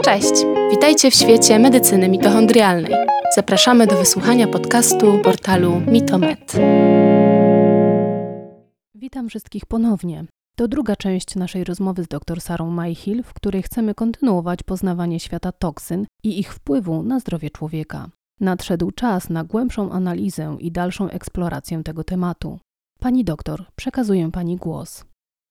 Cześć! Witajcie w świecie medycyny mitochondrialnej. Zapraszamy do wysłuchania podcastu portalu Mitomed. Witam wszystkich ponownie. To druga część naszej rozmowy z dr Sarą Mayhill, w której chcemy kontynuować poznawanie świata toksyn i ich wpływu na zdrowie człowieka. Nadszedł czas na głębszą analizę i dalszą eksplorację tego tematu. Pani doktor, przekazuję Pani głos.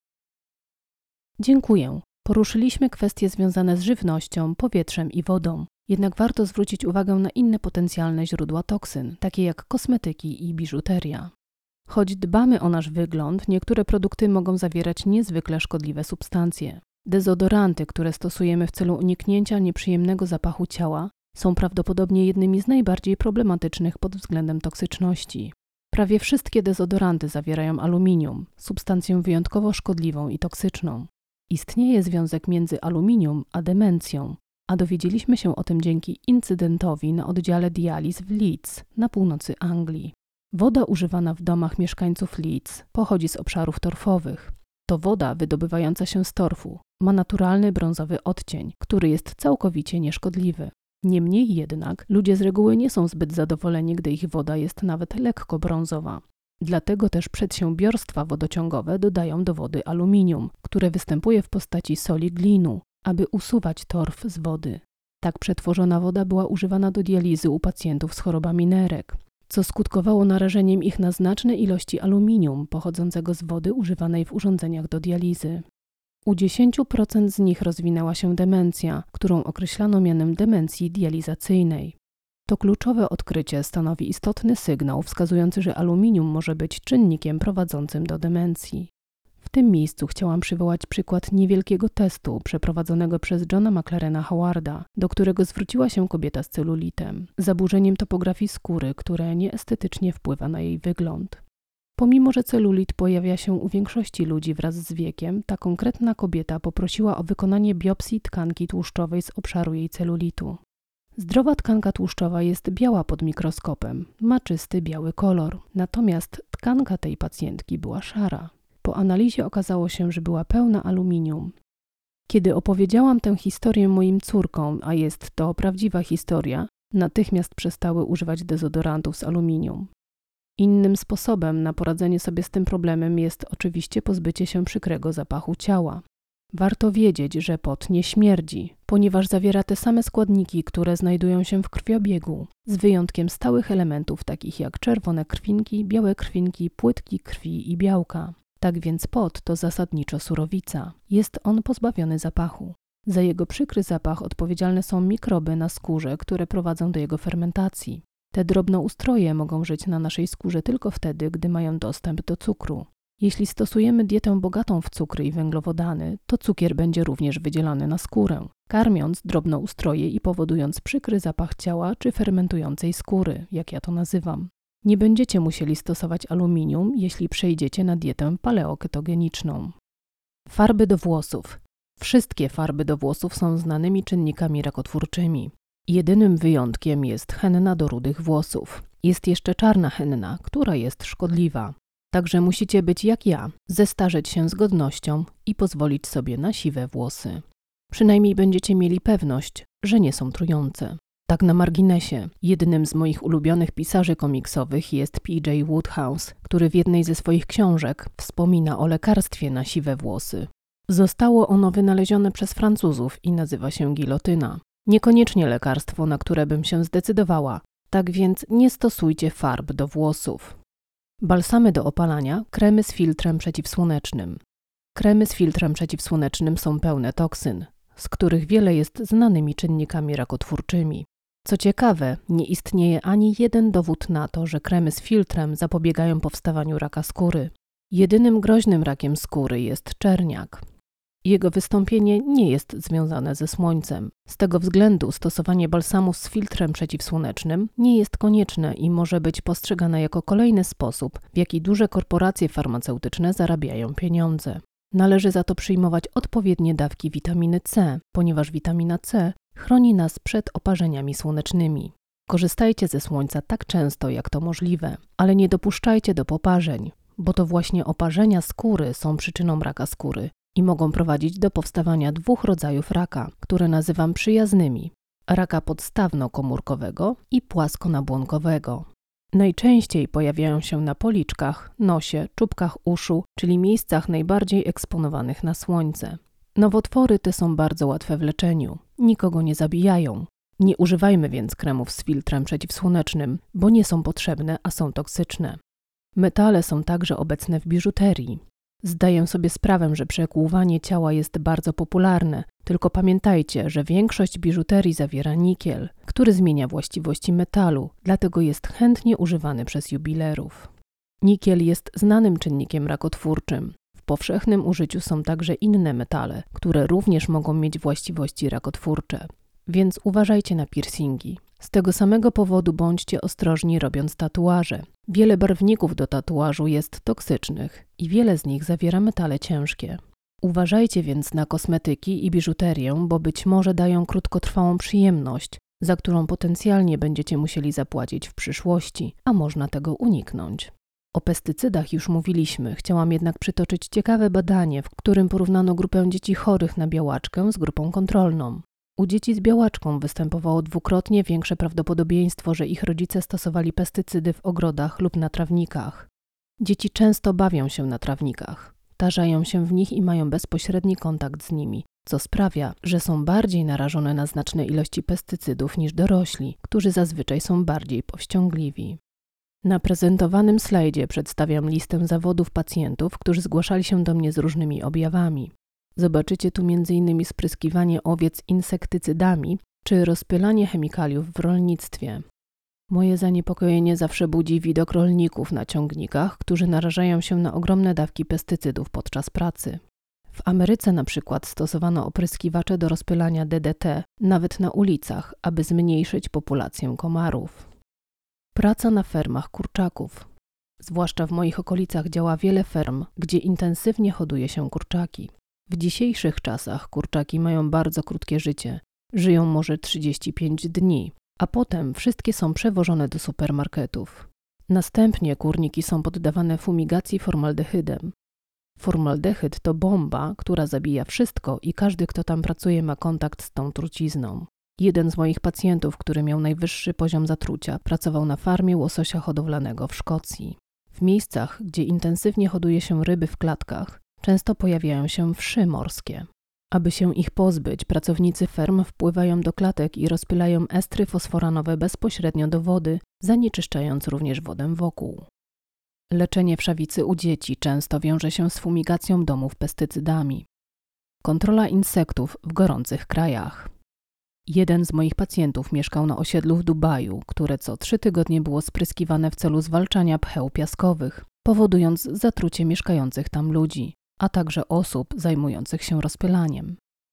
Dziękuję. Poruszyliśmy kwestie związane z żywnością, powietrzem i wodą. Jednak warto zwrócić uwagę na inne potencjalne źródła toksyn, takie jak kosmetyki i biżuteria. Choć dbamy o nasz wygląd, niektóre produkty mogą zawierać niezwykle szkodliwe substancje. Dezodoranty, które stosujemy w celu uniknięcia nieprzyjemnego zapachu ciała, są prawdopodobnie jednymi z najbardziej problematycznych pod względem toksyczności. Prawie wszystkie dezodoranty zawierają aluminium, substancję wyjątkowo szkodliwą i toksyczną. Istnieje związek między aluminium a demencją, a dowiedzieliśmy się o tym dzięki incydentowi na oddziale dializ w Leeds na północy Anglii. Woda używana w domach mieszkańców Leeds pochodzi z obszarów torfowych. To woda wydobywająca się z torfu. Ma naturalny brązowy odcień, który jest całkowicie nieszkodliwy. Niemniej jednak ludzie z reguły nie są zbyt zadowoleni, gdy ich woda jest nawet lekko brązowa. Dlatego też przedsiębiorstwa wodociągowe dodają do wody aluminium, które występuje w postaci soli glinu, aby usuwać torf z wody. Tak przetworzona woda była używana do dializy u pacjentów z chorobami nerek, co skutkowało narażeniem ich na znaczne ilości aluminium pochodzącego z wody używanej w urządzeniach do dializy. U 10% z nich rozwinęła się demencja, którą określano mianem demencji dializacyjnej. To kluczowe odkrycie stanowi istotny sygnał wskazujący, że aluminium może być czynnikiem prowadzącym do demencji. W tym miejscu chciałam przywołać przykład niewielkiego testu przeprowadzonego przez Johna McLarena Howarda, do którego zwróciła się kobieta z celulitem, zaburzeniem topografii skóry, które nieestetycznie wpływa na jej wygląd. Pomimo że celulit pojawia się u większości ludzi wraz z wiekiem, ta konkretna kobieta poprosiła o wykonanie biopsji tkanki tłuszczowej z obszaru jej celulitu. Zdrowa tkanka tłuszczowa jest biała pod mikroskopem, ma czysty biały kolor, natomiast tkanka tej pacjentki była szara. Po analizie okazało się, że była pełna aluminium. Kiedy opowiedziałam tę historię moim córkom, a jest to prawdziwa historia, natychmiast przestały używać dezodorantów z aluminium. Innym sposobem na poradzenie sobie z tym problemem jest oczywiście pozbycie się przykrego zapachu ciała. Warto wiedzieć, że pot nie śmierdzi, ponieważ zawiera te same składniki, które znajdują się w krwiobiegu, z wyjątkiem stałych elementów takich jak czerwone krwinki, białe krwinki, płytki krwi i białka. Tak więc pot to zasadniczo surowica. Jest on pozbawiony zapachu. Za jego przykry zapach odpowiedzialne są mikroby na skórze, które prowadzą do jego fermentacji. Te drobnoustroje mogą żyć na naszej skórze tylko wtedy, gdy mają dostęp do cukru. Jeśli stosujemy dietę bogatą w cukry i węglowodany, to cukier będzie również wydzielany na skórę, karmiąc drobnoustroje i powodując przykry zapach ciała czy fermentującej skóry, jak ja to nazywam. Nie będziecie musieli stosować aluminium, jeśli przejdziecie na dietę paleoketogeniczną. Farby do włosów. Wszystkie farby do włosów są znanymi czynnikami rakotwórczymi. Jedynym wyjątkiem jest henna do rudych włosów. Jest jeszcze czarna henna, która jest szkodliwa. Także musicie być jak ja, zestarzeć się z godnością i pozwolić sobie na siwe włosy. Przynajmniej będziecie mieli pewność, że nie są trujące. Tak na marginesie, jednym z moich ulubionych pisarzy komiksowych jest P.J. Wodehouse, który w jednej ze swoich książek wspomina o lekarstwie na siwe włosy. Zostało ono wynalezione przez Francuzów i nazywa się gilotyna. Niekoniecznie lekarstwo, na które bym się zdecydowała, tak więc nie stosujcie farb do włosów. Balsamy do opalania, kremy z filtrem przeciwsłonecznym. Kremy z filtrem przeciwsłonecznym są pełne toksyn, z których wiele jest znanymi czynnikami rakotwórczymi. Co ciekawe, nie istnieje ani jeden dowód na to, że kremy z filtrem zapobiegają powstawaniu raka skóry. Jedynym groźnym rakiem skóry jest czerniak. Jego wystąpienie nie jest związane ze słońcem. Z tego względu stosowanie balsamu z filtrem przeciwsłonecznym nie jest konieczne i może być postrzegane jako kolejny sposób, w jaki duże korporacje farmaceutyczne zarabiają pieniądze. Należy za to przyjmować odpowiednie dawki witaminy C, ponieważ witamina C chroni nas przed oparzeniami słonecznymi. Korzystajcie ze słońca tak często, jak to możliwe, ale nie dopuszczajcie do poparzeń, bo to właśnie oparzenia skóry są przyczyną raka skóry i mogą prowadzić do powstawania 2 rodzajów raka, które nazywam przyjaznymi: raka podstawno-komórkowego i płaskonabłonkowego. Najczęściej pojawiają się na policzkach, nosie, czubkach uszu, czyli miejscach najbardziej eksponowanych na słońce. Nowotwory te są bardzo łatwe w leczeniu, nikogo nie zabijają. Nie używajmy więc kremów z filtrem przeciwsłonecznym, bo nie są potrzebne, a są toksyczne. Metale są także obecne w biżuterii. Zdaję sobie sprawę, że przekłuwanie ciała jest bardzo popularne, tylko pamiętajcie, że większość biżuterii zawiera nikiel, który zmienia właściwości metalu, dlatego jest chętnie używany przez jubilerów. Nikiel jest znanym czynnikiem rakotwórczym. W powszechnym użyciu są także inne metale, które również mogą mieć właściwości rakotwórcze, więc uważajcie na piercingi. Z tego samego powodu bądźcie ostrożni robiąc tatuaże. Wiele barwników do tatuażu jest toksycznych i wiele z nich zawiera metale ciężkie. Uważajcie więc na kosmetyki i biżuterię, bo być może dają krótkotrwałą przyjemność, za którą potencjalnie będziecie musieli zapłacić w przyszłości, a można tego uniknąć. O pestycydach już mówiliśmy, chciałam jednak przytoczyć ciekawe badanie, w którym porównano grupę dzieci chorych na białaczkę z grupą kontrolną. U dzieci z białaczką występowało 2-krotnie większe prawdopodobieństwo, że ich rodzice stosowali pestycydy w ogrodach lub na trawnikach. Dzieci często bawią się na trawnikach, tarzają się w nich i mają bezpośredni kontakt z nimi, co sprawia, że są bardziej narażone na znaczne ilości pestycydów niż dorośli, którzy zazwyczaj są bardziej powściągliwi. Na prezentowanym slajdzie przedstawiam listę zawodów pacjentów, którzy zgłaszali się do mnie z różnymi objawami. Zobaczycie tu m.in. spryskiwanie owiec insektycydami czy rozpylanie chemikaliów w rolnictwie. Moje zaniepokojenie zawsze budzi widok rolników na ciągnikach, którzy narażają się na ogromne dawki pestycydów podczas pracy. W Ameryce na przykład stosowano opryskiwacze do rozpylania DDT nawet na ulicach, aby zmniejszyć populację komarów. Praca na fermach kurczaków. Zwłaszcza w moich okolicach działa wiele ferm, gdzie intensywnie hoduje się kurczaki. W dzisiejszych czasach kurczaki mają bardzo krótkie życie, żyją może 35 dni, a potem wszystkie są przewożone do supermarketów. Następnie kurniki są poddawane fumigacji formaldehydem. Formaldehyd to bomba, która zabija wszystko i każdy, kto tam pracuje, ma kontakt z tą trucizną. Jeden z moich pacjentów, który miał najwyższy poziom zatrucia, pracował na farmie łososia hodowlanego w Szkocji. W miejscach, gdzie intensywnie hoduje się ryby w klatkach, często pojawiają się wszy morskie. Aby się ich pozbyć, pracownicy ferm wpływają do klatek i rozpylają estry fosforanowe bezpośrednio do wody, zanieczyszczając również wodę wokół. Leczenie wszawicy u dzieci często wiąże się z fumigacją domów pestycydami. Kontrola insektów w gorących krajach. Jeden z moich pacjentów mieszkał na osiedlu w Dubaju, które co 3 tygodnie było spryskiwane w celu zwalczania pcheł piaskowych, powodując zatrucie mieszkających tam ludzi, a także osób zajmujących się rozpylaniem.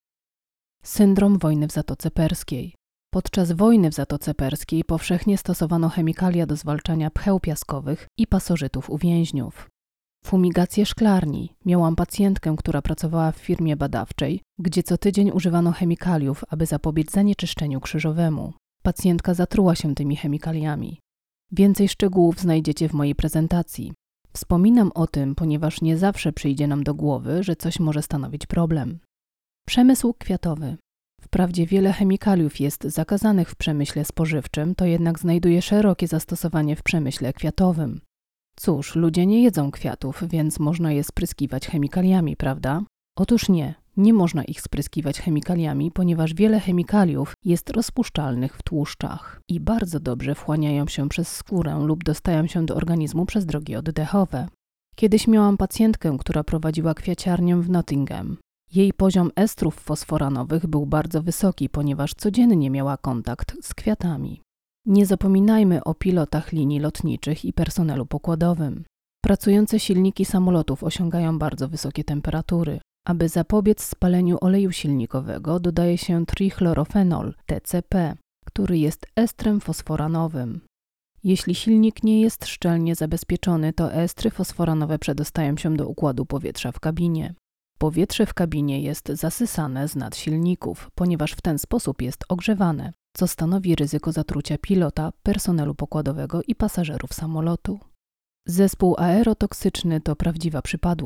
Syndrom wojny w Zatoce Perskiej. Podczas wojny w Zatoce Perskiej powszechnie stosowano chemikalia do zwalczania pcheł piaskowych i pasożytów u więźniów. Fumigację szklarni. Miałam pacjentkę, która pracowała w firmie badawczej, gdzie co tydzień używano chemikaliów, aby zapobiec zanieczyszczeniu krzyżowemu. Pacjentka zatruła się tymi chemikaliami. Więcej szczegółów znajdziecie w mojej prezentacji. Wspominam o tym, ponieważ nie zawsze przyjdzie nam do głowy, że coś może stanowić problem. Przemysł kwiatowy. Wprawdzie wiele chemikaliów jest zakazanych w przemyśle spożywczym, to jednak znajduje szerokie zastosowanie w przemyśle kwiatowym. Cóż, ludzie nie jedzą kwiatów, więc można je spryskiwać chemikaliami, prawda? Otóż nie można ich spryskiwać chemikaliami, ponieważ wiele chemikaliów jest rozpuszczalnych w tłuszczach i bardzo dobrze wchłaniają się przez skórę lub dostają się do organizmu przez drogi oddechowe. Kiedyś miałam pacjentkę, która prowadziła kwiaciarnię w Nottingham. Jej poziom estrów fosforanowych był bardzo wysoki, ponieważ codziennie miała kontakt z kwiatami. Nie zapominajmy o pilotach linii lotniczych i personelu pokładowym. Pracujące silniki samolotów osiągają bardzo wysokie temperatury. Aby zapobiec spaleniu oleju silnikowego, dodaje się trichlorofenol, TCP, który jest estrem fosforanowym. Jeśli silnik nie jest szczelnie zabezpieczony, to estry fosforanowe przedostają się do układu powietrza w kabinie. Powietrze w kabinie jest zasysane z nad silników, ponieważ w ten sposób jest ogrzewane, co stanowi ryzyko zatrucia pilota, personelu pokładowego i pasażerów samolotu. Zespół aerotoksyczny to prawdziwa przypadłość.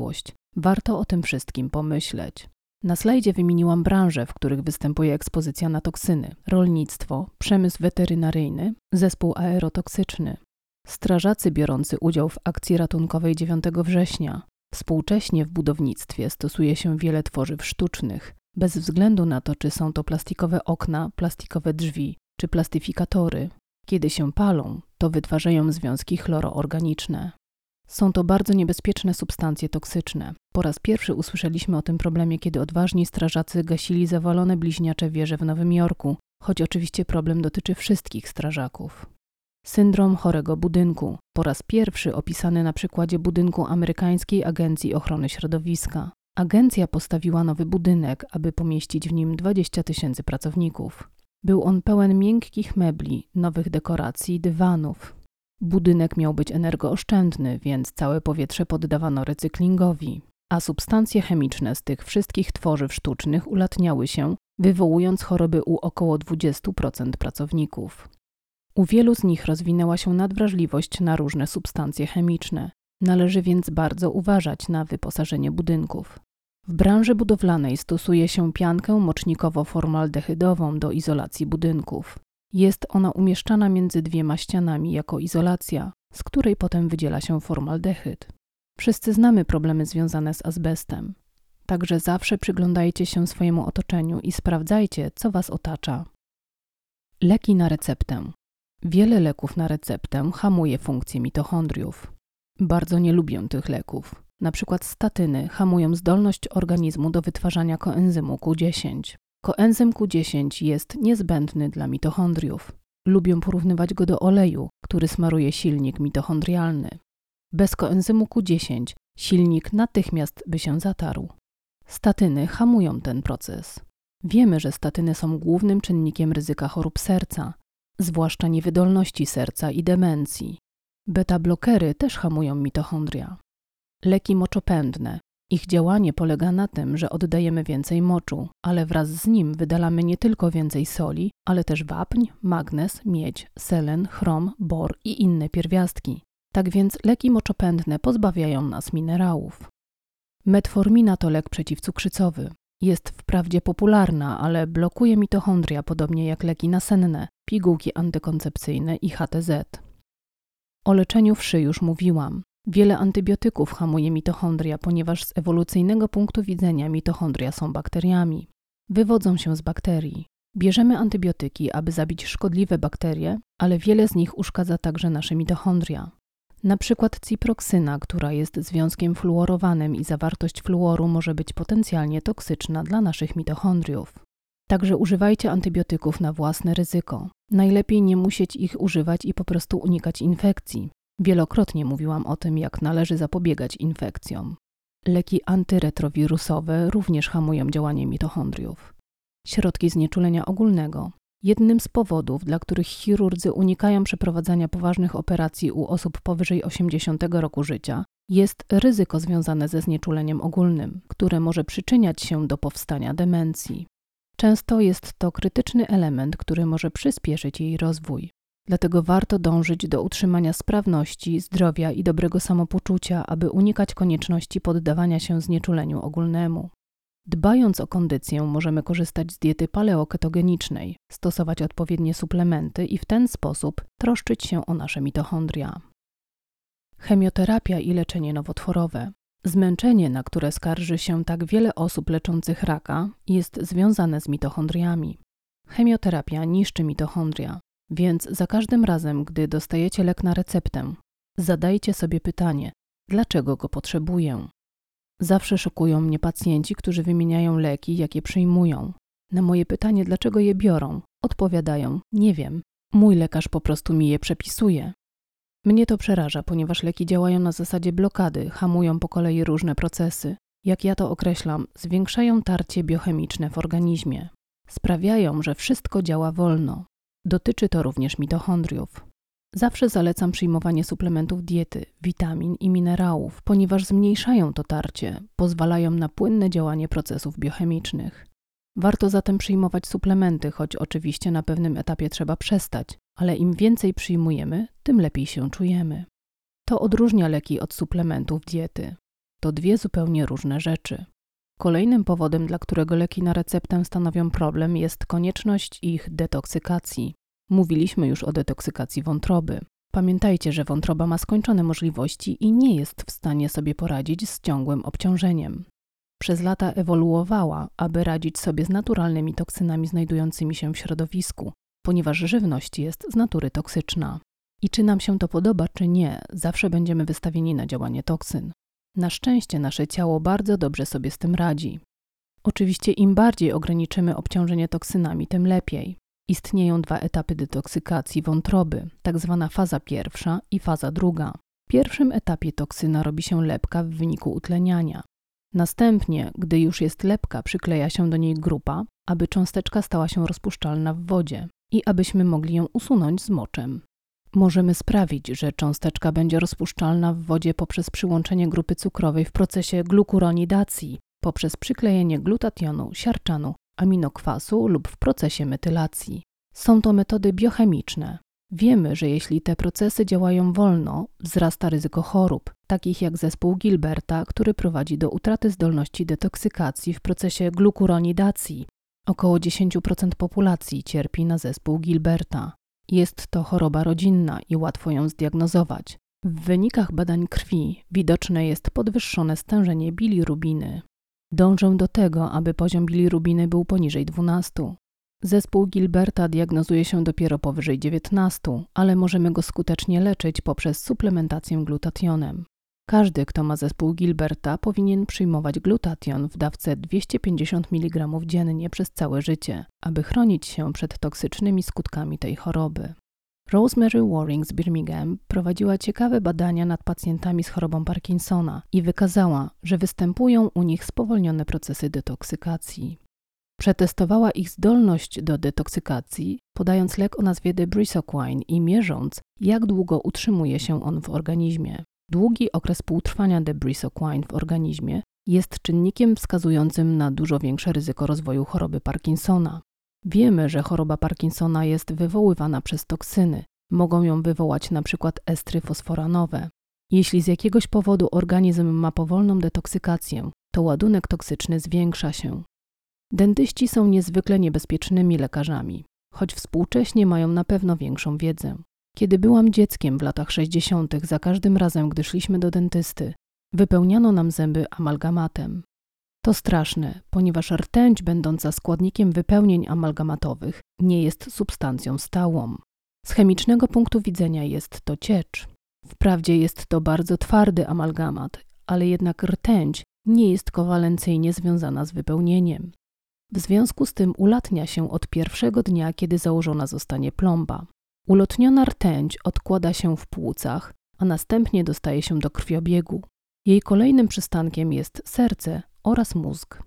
Warto o tym wszystkim pomyśleć. Na slajdzie wymieniłam branże, w których występuje ekspozycja na toksyny: rolnictwo, przemysł weterynaryjny, zespół aerotoksyczny, strażacy biorący udział w akcji ratunkowej 9 września. Współcześnie w budownictwie stosuje się wiele tworzyw sztucznych, bez względu na to, czy są to plastikowe okna, plastikowe drzwi, czy plastyfikatory. Kiedy się palą, to wytwarzają związki chloroorganiczne. Są to bardzo niebezpieczne substancje toksyczne. Po raz pierwszy usłyszeliśmy o tym problemie, kiedy odważni strażacy gasili zawalone bliźniacze wieże w Nowym Jorku, choć oczywiście problem dotyczy wszystkich strażaków. Syndrom chorego budynku. Po raz pierwszy opisany na przykładzie budynku Amerykańskiej Agencji Ochrony Środowiska. Agencja postawiła nowy budynek, aby pomieścić w nim 20 000 pracowników. Był on pełen miękkich mebli, nowych dekoracji, dywanów. Budynek miał być energooszczędny, więc całe powietrze poddawano recyklingowi, a substancje chemiczne z tych wszystkich tworzyw sztucznych ulatniały się, wywołując choroby u około 20% pracowników. U wielu z nich rozwinęła się nadwrażliwość na różne substancje chemiczne. Należy więc bardzo uważać na wyposażenie budynków. W branży budowlanej stosuje się piankę mocznikowo-formaldehydową do izolacji budynków. Jest ona umieszczana między dwiema ścianami jako izolacja, z której potem wydziela się formaldehyd. Wszyscy znamy problemy związane z azbestem. Także zawsze przyglądajcie się swojemu otoczeniu i sprawdzajcie, co was otacza. Leki na receptę. Wiele leków na receptę hamuje funkcję mitochondriów. Bardzo nie lubię tych leków. Na przykład statyny hamują zdolność organizmu do wytwarzania koenzymu Q10. Koenzym Q10 jest niezbędny dla mitochondriów. Lubię porównywać go do oleju, który smaruje silnik mitochondrialny. Bez koenzymu Q10 silnik natychmiast by się zatarł. Statyny hamują ten proces. Wiemy, że statyny są głównym czynnikiem ryzyka chorób serca, zwłaszcza niewydolności serca i demencji. Beta-blokery też hamują mitochondria. Leki moczopędne. Ich działanie polega na tym, że oddajemy więcej moczu, ale wraz z nim wydalamy nie tylko więcej soli, ale też wapń, magnez, miedź, selen, chrom, bor i inne pierwiastki. Tak więc leki moczopędne pozbawiają nas minerałów. Metformina to lek przeciwcukrzycowy. Jest wprawdzie popularna, ale blokuje mitochondria podobnie jak leki nasenne, pigułki antykoncepcyjne i HTZ. O leczeniu wszy już mówiłam. Wiele antybiotyków hamuje mitochondria, ponieważ z ewolucyjnego punktu widzenia mitochondria są bakteriami. Wywodzą się z bakterii. Bierzemy antybiotyki, aby zabić szkodliwe bakterie, ale wiele z nich uszkadza także nasze mitochondria. Na przykład ciproksyna, która jest związkiem fluorowanym i zawartość fluoru może być potencjalnie toksyczna dla naszych mitochondriów. Także używajcie antybiotyków na własne ryzyko. Najlepiej nie musieć ich używać i po prostu unikać infekcji. Wielokrotnie mówiłam o tym, jak należy zapobiegać infekcjom. Leki antyretrowirusowe również hamują działanie mitochondriów. Środki znieczulenia ogólnego. Jednym z powodów, dla których chirurdzy unikają przeprowadzania poważnych operacji u osób powyżej 80 roku życia, jest ryzyko związane ze znieczuleniem ogólnym, które może przyczyniać się do powstania demencji. Często jest to krytyczny element, który może przyspieszyć jej rozwój. Dlatego warto dążyć do utrzymania sprawności, zdrowia i dobrego samopoczucia, aby unikać konieczności poddawania się znieczuleniu ogólnemu. Dbając o kondycję, możemy korzystać z diety paleoketogenicznej, stosować odpowiednie suplementy i w ten sposób troszczyć się o nasze mitochondria. Chemioterapia i leczenie nowotworowe. Zmęczenie, na które skarży się tak wiele osób leczących raka, jest związane z mitochondriami. Chemioterapia niszczy mitochondria, więc za każdym razem, gdy dostajecie lek na receptę, zadajcie sobie pytanie, dlaczego go potrzebuję? Zawsze szokują mnie pacjenci, którzy wymieniają leki, jakie przyjmują. Na moje pytanie, dlaczego je biorą, odpowiadają, nie wiem, mój lekarz po prostu mi je przepisuje. Mnie to przeraża, ponieważ leki działają na zasadzie blokady, hamują po kolei różne procesy. Jak ja to określam, zwiększają tarcie biochemiczne w organizmie. Sprawiają, że wszystko działa wolno. Dotyczy to również mitochondriów. Zawsze zalecam przyjmowanie suplementów diety, witamin i minerałów, ponieważ zmniejszają to tarcie, pozwalają na płynne działanie procesów biochemicznych. Warto zatem przyjmować suplementy, choć oczywiście na pewnym etapie trzeba przestać, ale im więcej przyjmujemy, tym lepiej się czujemy. To odróżnia leki od suplementów diety. To dwie zupełnie różne rzeczy. Kolejnym powodem, dla którego leki na receptę stanowią problem, jest konieczność ich detoksykacji. Mówiliśmy już o detoksykacji wątroby. Pamiętajcie, że wątroba ma skończone możliwości i nie jest w stanie sobie poradzić z ciągłym obciążeniem. Przez lata ewoluowała, aby radzić sobie z naturalnymi toksynami znajdującymi się w środowisku, ponieważ żywność jest z natury toksyczna. I czy nam się to podoba, czy nie, zawsze będziemy wystawieni na działanie toksyn. Na szczęście nasze ciało bardzo dobrze sobie z tym radzi. Oczywiście im bardziej ograniczymy obciążenie toksynami, tym lepiej. Istnieją dwa etapy detoksykacji wątroby, tak zwana faza pierwsza i faza druga. W pierwszym etapie toksyna robi się lepka w wyniku utleniania. Następnie, gdy już jest lepka, przykleja się do niej grupa, aby cząsteczka stała się rozpuszczalna w wodzie i abyśmy mogli ją usunąć z moczem. Możemy sprawić, że cząsteczka będzie rozpuszczalna w wodzie poprzez przyłączenie grupy cukrowej w procesie glukuronidacji, poprzez przyklejenie glutationu, siarczanu, aminokwasu lub w procesie metylacji. Są to metody biochemiczne. Wiemy, że jeśli te procesy działają wolno, wzrasta ryzyko chorób, takich jak zespół Gilberta, który prowadzi do utraty zdolności detoksykacji w procesie glukuronidacji. Około 10% populacji cierpi na zespół Gilberta. Jest to choroba rodzinna i łatwo ją zdiagnozować. W wynikach badań krwi widoczne jest podwyższone stężenie bilirubiny. Dążę do tego, aby poziom bilirubiny był poniżej 12. Zespół Gilberta diagnozuje się dopiero powyżej 19, ale możemy go skutecznie leczyć poprzez suplementację glutationem. Każdy, kto ma zespół Gilberta, powinien przyjmować glutation w dawce 250 mg dziennie przez całe życie, aby chronić się przed toksycznymi skutkami tej choroby. Rosemary Waring z Birmingham prowadziła ciekawe badania nad pacjentami z chorobą Parkinsona i wykazała, że występują u nich spowolnione procesy detoksykacji. Przetestowała ich zdolność do detoksykacji, podając lek o nazwie Debrisoquine i mierząc, jak długo utrzymuje się on w organizmie. Długi okres półtrwania Debrisoquine w organizmie jest czynnikiem wskazującym na dużo większe ryzyko rozwoju choroby Parkinsona. Wiemy, że choroba Parkinsona jest wywoływana przez toksyny. Mogą ją wywołać np. estry fosforanowe. Jeśli z jakiegoś powodu organizm ma powolną detoksykację, to ładunek toksyczny zwiększa się. Dentyści są niezwykle niebezpiecznymi lekarzami, choć współcześnie mają na pewno większą wiedzę. Kiedy byłam dzieckiem w latach 60., za każdym razem, gdy szliśmy do dentysty, wypełniano nam zęby amalgamatem. To straszne, ponieważ rtęć będąca składnikiem wypełnień amalgamatowych nie jest substancją stałą. Z chemicznego punktu widzenia jest to ciecz. Wprawdzie jest to bardzo twardy amalgamat, ale jednak rtęć nie jest kowalencyjnie związana z wypełnieniem. W związku z tym ulatnia się od pierwszego dnia, kiedy założona zostanie plomba. Ulotniona rtęć odkłada się w płucach, a następnie dostaje się do krwiobiegu. Jej kolejnym przystankiem jest serce oraz mózg.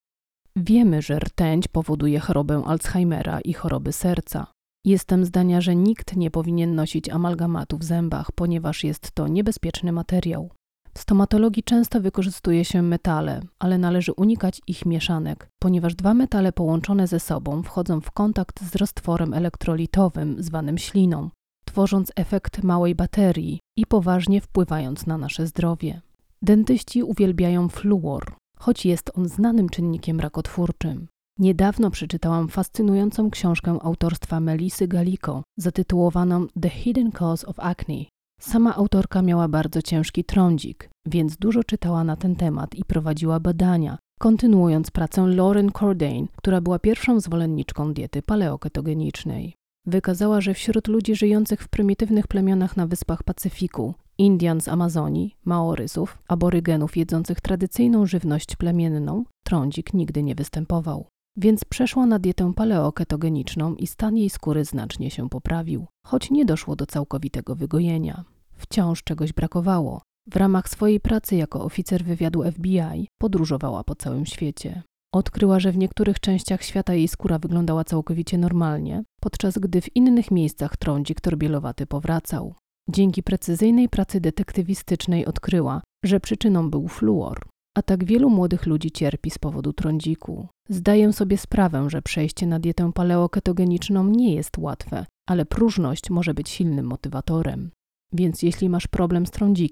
Wiemy, że rtęć powoduje chorobę Alzheimera i choroby serca. Jestem zdania, że nikt nie powinien nosić amalgamatu w zębach, ponieważ jest to niebezpieczny materiał. W stomatologii często wykorzystuje się metale, ale należy unikać ich mieszanek, ponieważ dwa metale połączone ze sobą wchodzą w kontakt z roztworem elektrolitowym zwanym śliną, tworząc efekt małej baterii i poważnie wpływając na nasze zdrowie. Dentyści uwielbiają fluor, choć jest on znanym czynnikiem rakotwórczym. Niedawno przeczytałam fascynującą książkę autorstwa Melisy Galiko, zatytułowaną The Hidden Cause of Acne. Sama autorka miała bardzo ciężki trądzik, więc dużo czytała na ten temat i prowadziła badania, kontynuując pracę Lauren Cordain, która była pierwszą zwolenniczką diety paleoketogenicznej. Wykazała, że wśród ludzi żyjących w prymitywnych plemionach na wyspach Pacyfiku, Indian z Amazonii, Maorysów, aborygenów jedzących tradycyjną żywność plemienną, trądzik nigdy nie występował. Więc przeszła na dietę paleoketogeniczną i stan jej skóry znacznie się poprawił, choć nie doszło do całkowitego wygojenia. Wciąż czegoś brakowało. W ramach swojej pracy jako oficer wywiadu FBI podróżowała po całym świecie. Odkryła, że w niektórych częściach świata jej skóra wyglądała całkowicie normalnie, podczas gdy w innych miejscach trądzik torbielowaty powracał. Dzięki precyzyjnej pracy detektywistycznej odkryła, że przyczyną był fluor. A tak wielu młodych ludzi cierpi z powodu trądziku. Zdaję sobie sprawę, że przejście na dietę paleoketogeniczną nie jest łatwe, ale próżność może być silnym motywatorem. Więc jeśli masz problem z trądzikiem,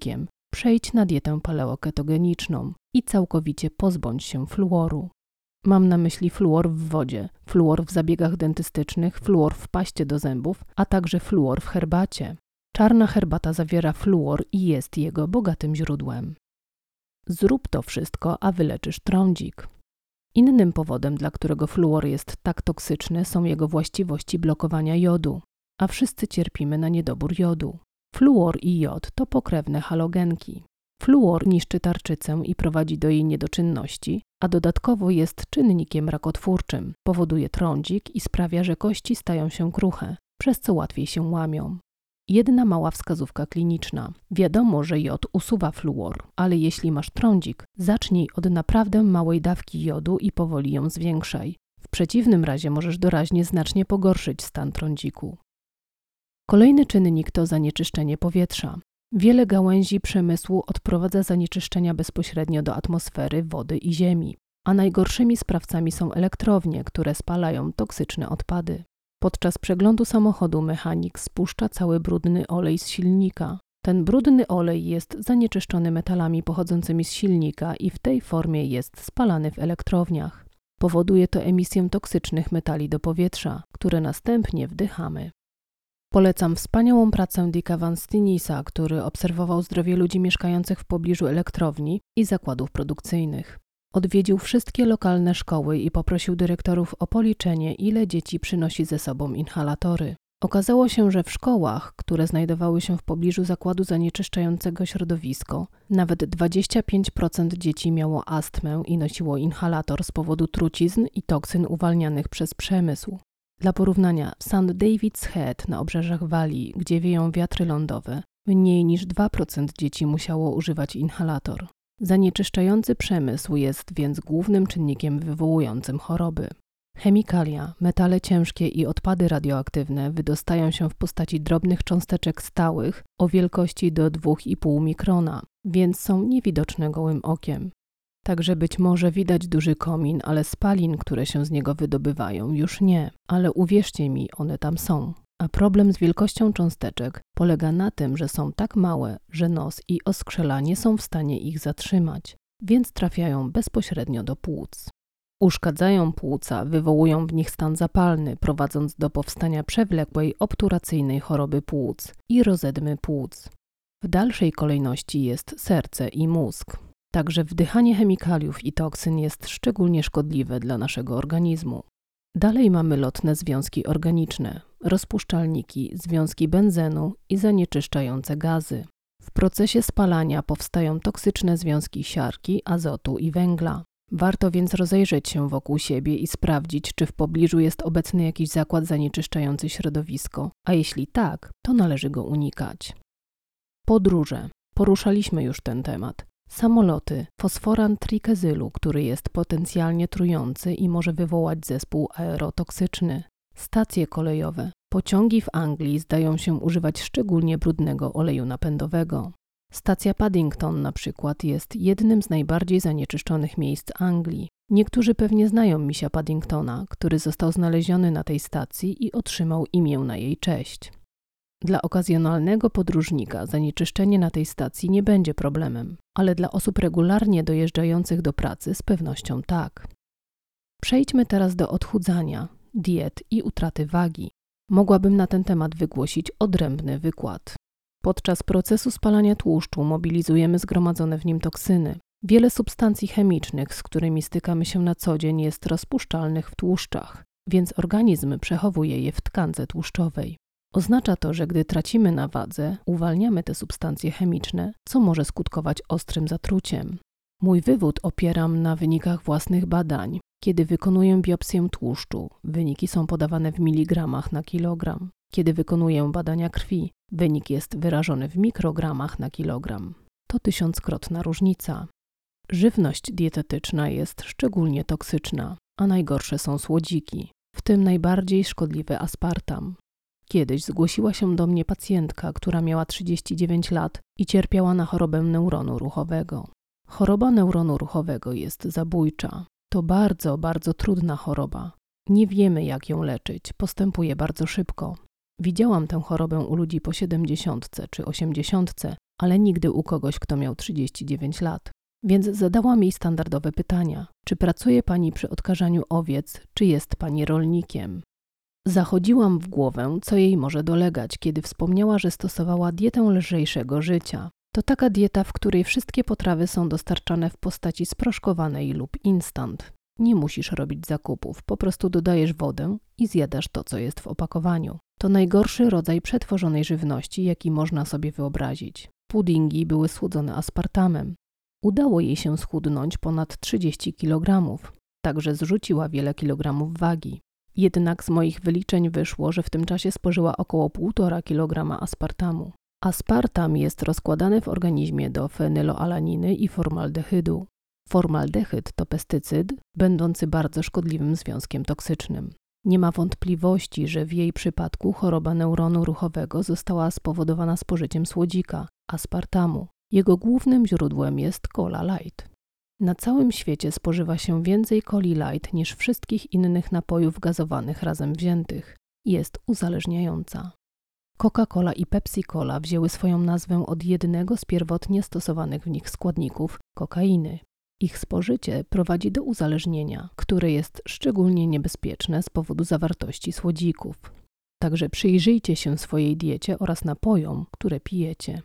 Przejdź na dietę paleoketogeniczną i całkowicie pozbądź się fluoru. Mam na myśli fluor w wodzie, fluor w zabiegach dentystycznych, fluor w paście do zębów, a także fluor w herbacie. Czarna herbata zawiera fluor i jest jego bogatym źródłem. Zrób to wszystko, a wyleczysz trądzik. Innym powodem, dla którego fluor jest tak toksyczny, są jego właściwości blokowania jodu, a wszyscy cierpimy na niedobór jodu. Fluor i jod to pokrewne halogenki. Fluor niszczy tarczycę i prowadzi do jej niedoczynności, a dodatkowo jest czynnikiem rakotwórczym, powoduje trądzik i sprawia, że kości stają się kruche, przez co łatwiej się łamią. Jedna mała wskazówka kliniczna. Wiadomo, że jod usuwa fluor, ale jeśli masz trądzik, zacznij od naprawdę małej dawki jodu i powoli ją zwiększaj. W przeciwnym razie możesz doraźnie znacznie pogorszyć stan trądziku. Kolejny czynnik to zanieczyszczenie powietrza. Wiele gałęzi przemysłu odprowadza zanieczyszczenia bezpośrednio do atmosfery, wody i ziemi, a najgorszymi sprawcami są elektrownie, które spalają toksyczne odpady. Podczas przeglądu samochodu mechanik spuszcza cały brudny olej z silnika. Ten brudny olej jest zanieczyszczony metalami pochodzącymi z silnika i w tej formie jest spalany w elektrowniach. Powoduje to emisję toksycznych metali do powietrza, które następnie wdychamy. Polecam wspaniałą pracę Dicka Van Steenisa, który obserwował zdrowie ludzi mieszkających w pobliżu elektrowni i zakładów produkcyjnych. Odwiedził wszystkie lokalne szkoły i poprosił dyrektorów o policzenie, ile dzieci przynosi ze sobą inhalatory. Okazało się, że w szkołach, które znajdowały się w pobliżu zakładu zanieczyszczającego środowisko, nawet 25% dzieci miało astmę i nosiło inhalator z powodu trucizn i toksyn uwalnianych przez przemysł. Dla porównania, w St. David's Head na obrzeżach Walii, gdzie wieją wiatry lądowe, mniej niż 2% dzieci musiało używać inhalator. Zanieczyszczający przemysł jest więc głównym czynnikiem wywołującym choroby. Chemikalia, metale ciężkie i odpady radioaktywne wydostają się w postaci drobnych cząsteczek stałych o wielkości do 2,5 mikrona, więc są niewidoczne gołym okiem. Także być może widać duży komin, ale spalin, które się z niego wydobywają, już nie. Ale uwierzcie mi, one tam są. A problem z wielkością cząsteczek polega na tym, że są tak małe, że nos i oskrzela nie są w stanie ich zatrzymać, więc trafiają bezpośrednio do płuc. Uszkadzają płuca, wywołują w nich stan zapalny, prowadząc do powstania przewlekłej obturacyjnej choroby płuc i rozedmy płuc. W dalszej kolejności jest serce i mózg. Także wdychanie chemikaliów i toksyn jest szczególnie szkodliwe dla naszego organizmu. Dalej mamy lotne związki organiczne, rozpuszczalniki, związki benzenu i zanieczyszczające gazy. W procesie spalania powstają toksyczne związki siarki, azotu i węgla. Warto więc rozejrzeć się wokół siebie i sprawdzić, czy w pobliżu jest obecny jakiś zakład zanieczyszczający środowisko, a jeśli tak, to należy go unikać. Podróże. Poruszaliśmy już ten temat. Samoloty, fosforan trikezylu, który jest potencjalnie trujący i może wywołać zespół aerotoksyczny. Stacje kolejowe. Pociągi w Anglii zdają się używać szczególnie brudnego oleju napędowego. Stacja Paddington na przykład jest jednym z najbardziej zanieczyszczonych miejsc Anglii. Niektórzy pewnie znają misia Paddingtona, który został znaleziony na tej stacji i otrzymał imię na jej cześć. Dla okazjonalnego podróżnika zanieczyszczenie na tej stacji nie będzie problemem, ale dla osób regularnie dojeżdżających do pracy z pewnością tak. Przejdźmy teraz do odchudzania, diet i utraty wagi. Mogłabym na ten temat wygłosić odrębny wykład. Podczas procesu spalania tłuszczu mobilizujemy zgromadzone w nim toksyny. Wiele substancji chemicznych, z którymi stykamy się na co dzień, jest rozpuszczalnych w tłuszczach, więc organizm przechowuje je w tkance tłuszczowej. Oznacza to, że gdy tracimy na wadze, uwalniamy te substancje chemiczne, co może skutkować ostrym zatruciem. Mój wywód opieram na wynikach własnych badań. Kiedy wykonuję biopsję tłuszczu, wyniki są podawane w miligramach na kilogram. Kiedy wykonuję badania krwi, wynik jest wyrażony w mikrogramach na kilogram. To 1000-krotna różnica. Żywność dietetyczna jest szczególnie toksyczna, a najgorsze są słodziki, w tym najbardziej szkodliwy aspartam. Kiedyś zgłosiła się do mnie pacjentka, która miała 39 lat i cierpiała na chorobę neuronu ruchowego. Choroba neuronu ruchowego jest zabójcza. To bardzo, bardzo trudna choroba. Nie wiemy, jak ją leczyć, postępuje bardzo szybko. Widziałam tę chorobę u ludzi po 70 czy 80, ale nigdy u kogoś, kto miał 39 lat. Więc zadałam jej standardowe pytania. Czy pracuje pani przy odkażaniu owiec, czy jest pani rolnikiem? Zachodziłam w głowę, co jej może dolegać, kiedy wspomniała, że stosowała dietę lżejszego życia. To taka dieta, w której wszystkie potrawy są dostarczane w postaci sproszkowanej lub instant. Nie musisz robić zakupów, po prostu dodajesz wodę i zjadasz to, co jest w opakowaniu. To najgorszy rodzaj przetworzonej żywności, jaki można sobie wyobrazić. Puddingi były słodzone aspartamem. Udało jej się schudnąć ponad 30 kg, także zrzuciła wiele kilogramów wagi. Jednak z moich wyliczeń wyszło, że w tym czasie spożyła około 1,5 kg aspartamu. Aspartam jest rozkładany w organizmie do fenyloalaniny i formaldehydu. Formaldehyd to pestycyd, będący bardzo szkodliwym związkiem toksycznym. Nie ma wątpliwości, że w jej przypadku choroba neuronu ruchowego została spowodowana spożyciem słodzika, aspartamu. Jego głównym źródłem jest Cola Light. Na całym świecie spożywa się więcej Coli Light niż wszystkich innych napojów gazowanych razem wziętych. Jest uzależniająca. Coca-Cola i Pepsi-Cola wzięły swoją nazwę od jednego z pierwotnie stosowanych w nich składników – kokainy. Ich spożycie prowadzi do uzależnienia, które jest szczególnie niebezpieczne z powodu zawartości słodzików. Także przyjrzyjcie się swojej diecie oraz napojom, które pijecie.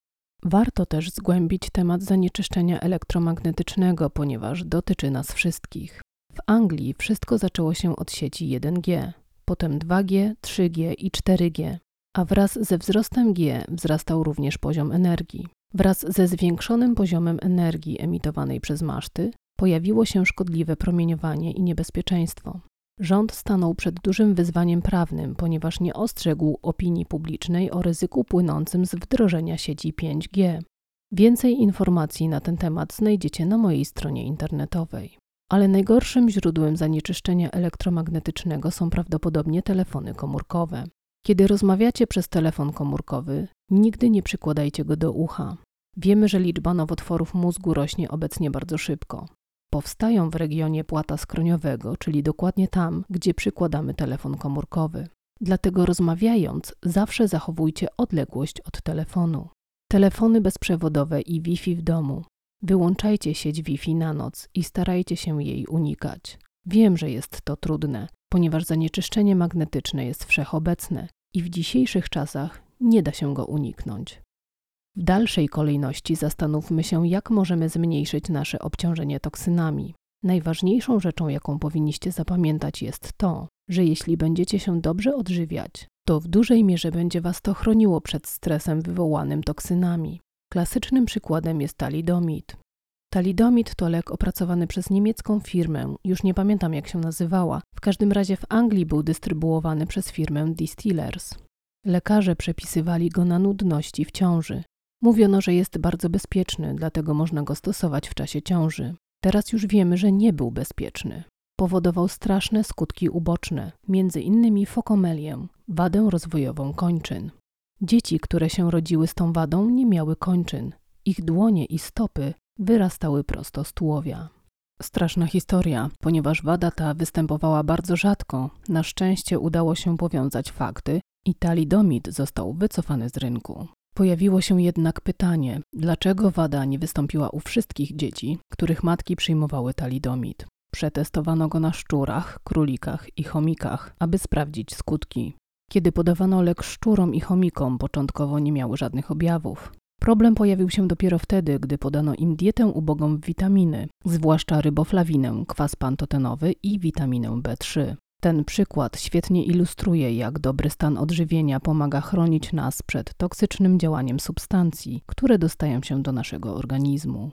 Warto też zgłębić temat zanieczyszczenia elektromagnetycznego, ponieważ dotyczy nas wszystkich. W Anglii wszystko zaczęło się od sieci 1G, potem 2G, 3G i 4G, a wraz ze wzrostem G wzrastał również poziom energii. Wraz ze zwiększonym poziomem energii emitowanej przez maszty pojawiło się szkodliwe promieniowanie i niebezpieczeństwo. Rząd stanął przed dużym wyzwaniem prawnym, ponieważ nie ostrzegł opinii publicznej o ryzyku płynącym z wdrożenia sieci 5G. Więcej informacji na ten temat znajdziecie na mojej stronie internetowej. Ale najgorszym źródłem zanieczyszczenia elektromagnetycznego są prawdopodobnie telefony komórkowe. Kiedy rozmawiacie przez telefon komórkowy, nigdy nie przykładajcie go do ucha. Wiemy, że liczba nowotworów mózgu rośnie obecnie bardzo szybko. Powstają w regionie płata skroniowego, czyli dokładnie tam, gdzie przykładamy telefon komórkowy. Dlatego rozmawiając, zawsze zachowujcie odległość od telefonu. Telefony bezprzewodowe i Wi-Fi w domu. Wyłączajcie sieć Wi-Fi na noc i starajcie się jej unikać. Wiem, że jest to trudne, ponieważ zanieczyszczenie magnetyczne jest wszechobecne i w dzisiejszych czasach nie da się go uniknąć. W dalszej kolejności zastanówmy się, jak możemy zmniejszyć nasze obciążenie toksynami. Najważniejszą rzeczą, jaką powinniście zapamiętać, jest to, że jeśli będziecie się dobrze odżywiać, to w dużej mierze będzie was to chroniło przed stresem wywołanym toksynami. Klasycznym przykładem jest talidomid. Talidomid to lek opracowany przez niemiecką firmę, już nie pamiętam jak się nazywała, w każdym razie w Anglii był dystrybuowany przez firmę Distillers. Lekarze przepisywali go na nudności w ciąży. Mówiono, że jest bardzo bezpieczny, dlatego można go stosować w czasie ciąży. Teraz już wiemy, że nie był bezpieczny. Powodował straszne skutki uboczne, m.in. fokomelię, wadę rozwojową kończyn. Dzieci, które się rodziły z tą wadą, nie miały kończyn. Ich dłonie i stopy wyrastały prosto z tułowia. Straszna historia, ponieważ wada ta występowała bardzo rzadko. Na szczęście udało się powiązać fakty i talidomid został wycofany z rynku. Pojawiło się jednak pytanie, dlaczego wada nie wystąpiła u wszystkich dzieci, których matki przyjmowały talidomid. Przetestowano go na szczurach, królikach i chomikach, aby sprawdzić skutki. Kiedy podawano lek szczurom i chomikom, początkowo nie miały żadnych objawów. Problem pojawił się dopiero wtedy, gdy podano im dietę ubogą w witaminy, zwłaszcza ryboflawinę, kwas pantotenowy i witaminę B3. Ten przykład świetnie ilustruje, jak dobry stan odżywienia pomaga chronić nas przed toksycznym działaniem substancji, które dostają się do naszego organizmu.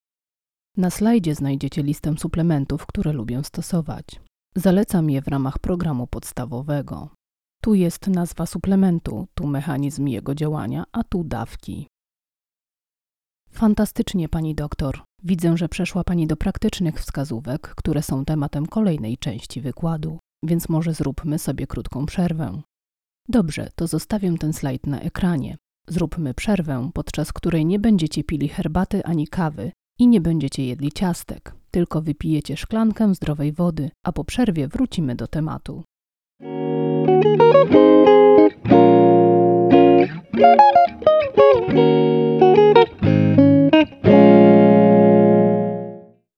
Na slajdzie znajdziecie listę suplementów, które lubię stosować. Zalecam je w ramach programu podstawowego. Tu jest nazwa suplementu, tu mechanizm jego działania, a tu dawki. Fantastycznie, pani doktor. Widzę, że przeszła pani do praktycznych wskazówek, które są tematem kolejnej części wykładu, więc może zróbmy sobie krótką przerwę. Dobrze, to zostawię ten slajd na ekranie. Zróbmy przerwę, podczas której nie będziecie pili herbaty ani kawy i nie będziecie jedli ciastek, tylko wypijecie szklankę zdrowej wody, a po przerwie wrócimy do tematu.